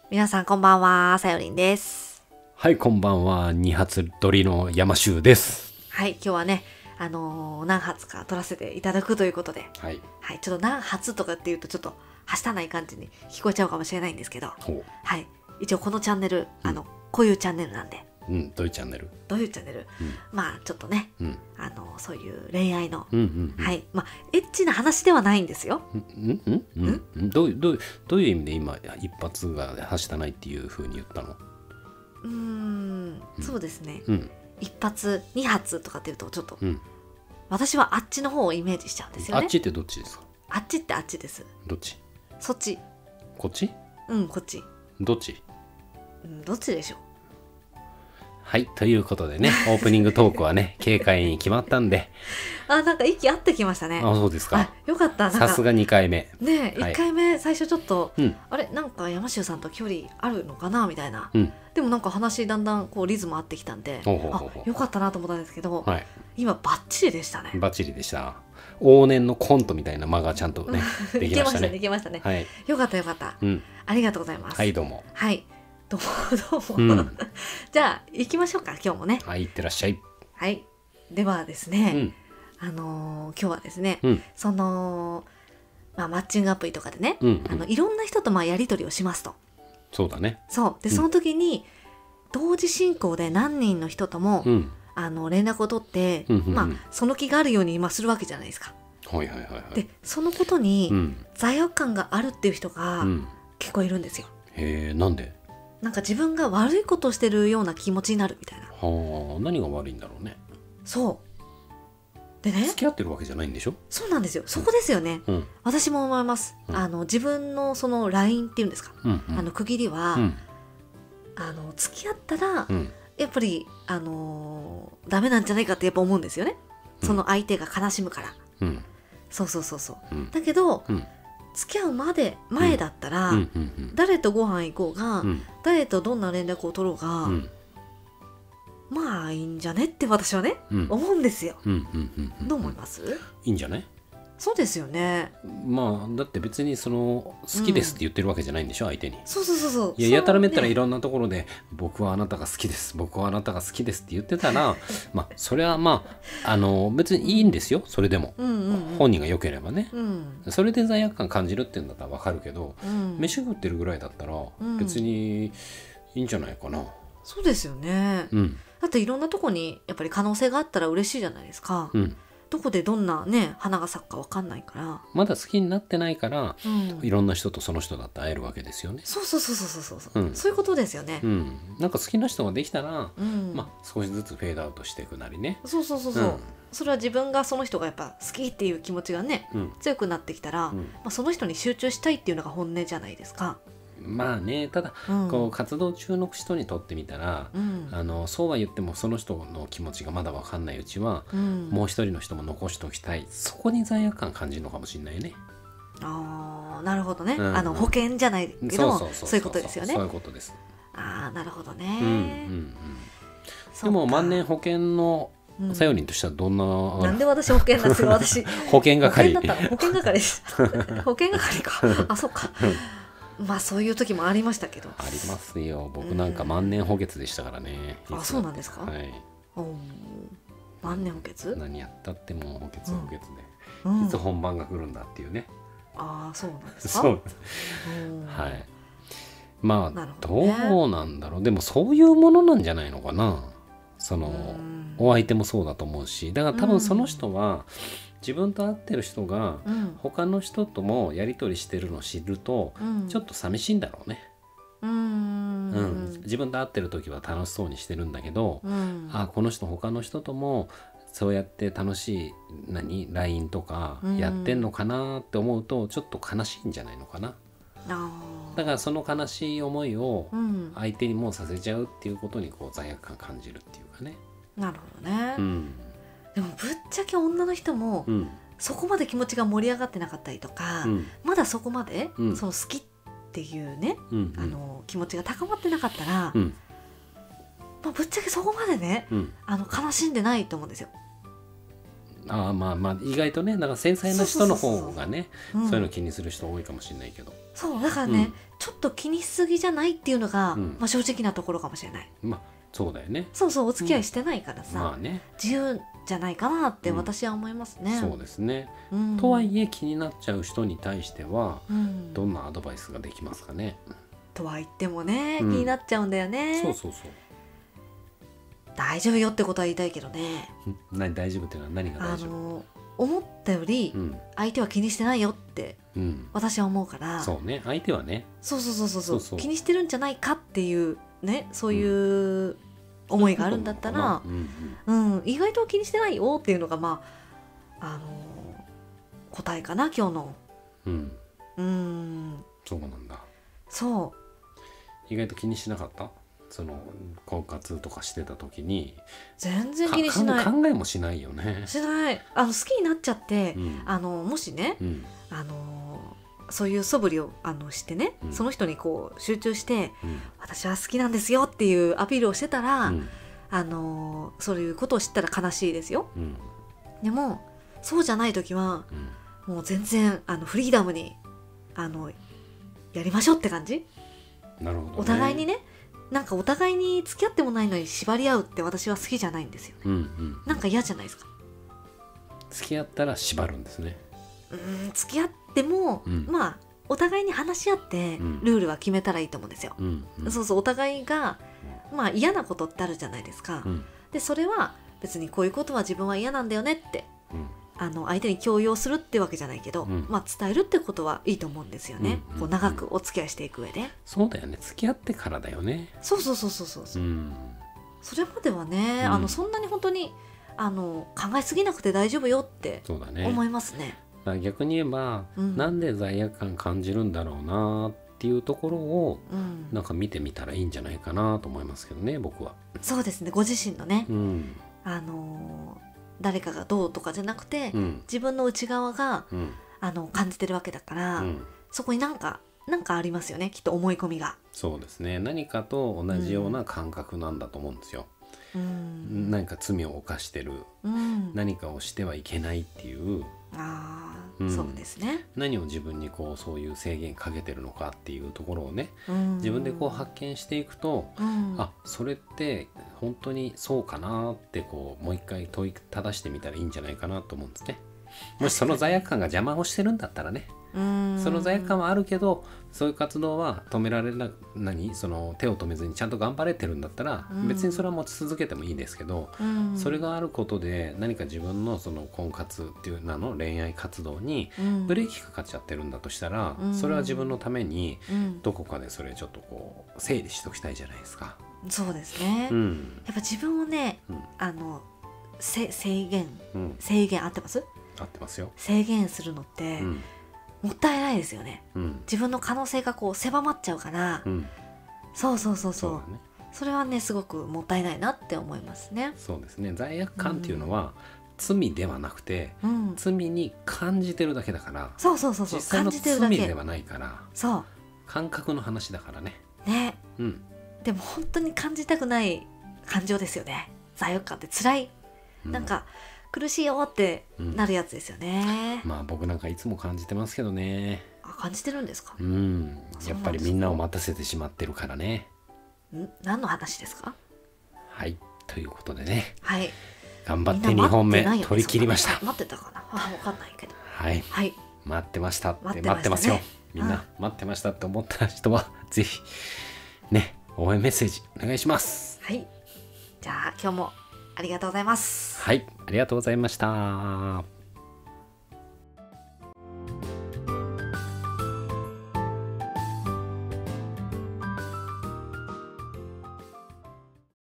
皆さんこんばんは、さよりんです。 はい、こんばんは。二発撮りの山州です。 はい、今日はね、何発か撮らせていただくということで、 はい。 はい、ちょっと何発とかっていうとちょっとはしたない感じに聞こえちゃうかもしれないんですけど、 ほはい、一応このチャンネル、こういうチャンネルなんで、 う。うん、どういうチャンネル？ どういうチャンネル？ うん。 まあちょっとね、 うん。 そういう恋愛の、 うん。 はい、まあエッチな話ではないんですよ。 どういう意味で今一発がはしたないっていう風に言ったの？ そうですね。 うん。 一発、二発とかっていうとちょっと、 うん。 私はあっちの方をイメージしちゃうんですよね。 あっちってどっちですか？ あっちってあっちです。 どっち？ そっち。 こっち？ こっち。 どっち？ どっちでしょう。 はい、ということでね、オープニングトークはね、軽快に決まったんで。 なんか息合ってきましたね。 あ、そうですか。 よかった。 さすが2回目。 ねえ、 はい 1回目最初ちょっと、 うん。 あれなんか山州さんと距離あるのかなみたいな。 うん。 でもなんか話だんだんこうリズム合ってきたんで、 ほうほうほうほうよかったなと思ったんですけど、 はい。 今バッチリでしたね。 バッチリでした。往年のコントみたいな間がちゃんとね、でいけましたね。 きましたね。 いけましたね。 はい。 よかったよかった。 うん。 ありがとうございます。 はい、どうも。 はい。どうも。 うん。 じゃあ行きましょうか今日もね。 はい、いってらっしゃい。 はい。ではですうね、 ん。 今日はですね、 うん。 そのマッチングアプリとかでね、 うんいろんな人とやり取りをしますと。 そうだね。 そうで、その時に同時進行で何人の人とも、 うん。 連絡を取って、その気があるようにするわけじゃないですか。 はいはいはいはい。 でそのことにうん。 罪悪感があるっていう人がうん。 結構いるんですよ。 へえ、なんで？ なんか自分が悪いことをしてるような気持ちになるみたいな。 はあ、何が悪いんだろうね。 そうでね、 付き合ってるわけじゃないんでしょ？ そうなんですよ。そこですよね。 うん。 私も思います。自分のそのラインっていうんですか、 うん。 区切りは、 うん。 付き合ったら、 うん。 やっぱりダメなんじゃないかってやっぱ思うんですよね。その相手が悲しむから。 うん。 そうそうそうそう。 うん。 だけど、 うん。 付き合う前だったら、誰とご飯行こうが、誰とどんな連絡を取ろうが、まあいいんじゃねって私はね、思うんですよ。どう思います？ いいんじゃない？ そうですよね。 まあだって別に好きですって言ってるわけじゃないんでしょ、相手に。 そうそうそうそう。 いや、やたらめったらいろんなところで僕はあなたが好きです、僕はあなたが好きですって言ってたらまあそれは別にいいんですよ、それでも。本人が良ければね。それで罪悪感感じるっていうんだったらわかるけど、飯食ってるぐらいだったら別にいいんじゃないかな。 そうですよね。だっていろんなとこにやっぱり可能性があったら嬉しいじゃないですか。どこでどんなね花が咲くかわかんないから。まだ好きになってないから、いろんな人とその人だって会えるわけですよね。 そうそうそうそうそうそう、そういうことですよね。 なんか好きな人ができたら、少しずつフェードアウトしていくなりね。 そうそうそうそう、それは自分がその人がやっぱ好きっていう気持ちがね、強くなってきたら、その人に集中したいっていうのが本音じゃないですか。 まあね、ただ、活動中の人にとってみたら、そうは言ってもその人の気持ちがまだ分かんないうちは、もう一人の人も残しておきたい、そこに罪悪感感じるのかもしれないね。 なるほどね、保険じゃないけどそういうことですよね。 そういうことです。 なるほどね。 でも万年保険のさよりんとしてはどんな、 なんで私保険なんですか？私保険係保険係です保険係か。そうか。まあそういう時もありましたけど。 ありますよ。僕なんか万年補欠でしたからね。 そうなんですか？はい。万年補欠？ 何やったっても補欠補欠で、いつ本番が来るんだっていうね。 そうなんですか？ そう。はい。まあどうなんだろう。でもそういうものなんじゃないのかな。お相手もそうだと思うし、だから多分その人は自分と会ってる人が他の人ともやり取りしてるのを知るとちょっと寂しいんだろうね。自分と会ってる時は楽しそうにしてるんだけど、この人他の人ともそうやって楽しいLINE とかやってんのかなって思うとちょっと悲しいんじゃないのかな。だからその悲しい思いを相手にもさせちゃうっていうことに罪悪感感じるっていうかね。 なるほどね。でもぶっちゃけ女の人もそこまで気持ちが盛り上がってなかったりとか、まだそこまでその好きっていうね、気持ちが高まってなかったら、ぶっちゃけそこまでね、悲しんでないと思うんですよ。 ああ、まあまあ意外とね、だから繊細な人の方がね、そういうの気にする人多いかもしれないけど、 そうだからね、ちょっと気にしすぎじゃないっていうのが、まあ、正直なところかもしれない。 まあそうだよね。 そうそう、お付き合いしてないからさ、 まあね、 自由じゃないかなって私は思いますね。 そうですね。とはいえ気になっちゃう人に対しては、どんなアドバイスができますかね。 とは言ってもね、気になっちゃうんだよね。 そうそうそう。 大丈夫よってことは言いたいけどね。 何大丈夫っていうのは何が大丈夫？ 思ったより相手は気にしてないよって私は思うから、 そうね、相手はね、 そう気にしてるんじゃないかっていうね、そういう思いがあるんだったら、意外と気にしてないよっていうのがまあ答えかな今日の。 そうなんだ。 そう意外と気にしなかった。その婚活とかしてた時に全然気にしない。 考えもしないよね。 しない。好きになっちゃって、もしね、そういう素振りをしてね、その人にこう集中して、私は好きなんですよっていうアピールをしてたら、そういうことを知ったら悲しいですよ。でもそうじゃない時は、もう全然フリーダムにやりましょうって感じ。 なるほどね。 お互いにね、なんかお互いに付き合ってもないのに縛り合うって私は好きじゃないんですよね。なんか嫌じゃないですか。 付き合ったら縛るんですね。 付き合っても、まあお互いに話し合ってルールは決めたらいいと思うんですよ。そうそう、お互いがまあ嫌なことってあるじゃないですか。でそれは別にこういうことは自分は嫌なんだよねって、相手に強要するってわけじゃないけど、まあ伝えるってことはいいと思うんですよね。こう長くお付き合いしていく上で。 そうだよね、付き合ってからだよね。 そう、それまではね、そんなに本当に考えすぎなくて大丈夫よって思いますね。 だから逆に言えば、なんで罪悪感感じるんだろうなっていうところを、なんか見てみたらいいんじゃないかなと思いますけどね、僕は。 そうですね、ご自身のね、誰かがどうとかじゃなくて、自分の内側が、感じてるわけだから、そこになんかありますよね、きっと思い込みが。 そうですね、何かと同じような感覚なんだと思うんですよ。何か罪を犯してる、何かをしてはいけないっていう、 そうですね、 何を自分にこうそういう制限かけてるのかっていうところをね、自分でこう発見していくと、あ、それって本当にそうかなってこうもう一回問いただしてみたらいいんじゃないかなと思うんですね。もしその罪悪感が邪魔をしてるんだったらね、その罪悪感はあるけど、そういう活動は止められな、その手を止めずにちゃんと頑張れてるんだったら、別にそれは持ち続けてもいいですけど、それがあることで何か自分のその婚活っていう名の恋愛活動にブレーキかかっちゃってるんだとしたら、それは自分のためにどこかでそれちょっとこう整理しておきたいじゃないですか。 そうですね、やっぱ自分をね、制限合ってます？ 合ってますよ。 制限するのって、もったいないですよね。自分の可能性がこう狭まっちゃうから、そう、それはねすごくもったいないなって思いますね。 そうですね、罪悪感っていうのは、罪ではなくて、罪に感じてるだけだから、 そう実際の罪ではないから、 そう感覚の話だからね。 でも本当に感じたくない感情ですよね。罪悪感って辛い、なんか苦しいよってなるやつですよね。 まあ僕なんかいつも感じてますけどね。 感じてるんですか？ やっぱりみんなを待たせてしまってるからね。 何の話ですか？ はい、ということでね、頑張って2本目取り切りました。 待ってたかな、分かんないけど、 待ってましたって、待ってますよ、みんな待ってましたって思った人はぜひね、応援メッセージお願いします。 じゃあ今日もありがとうございます。 ありがとうございました。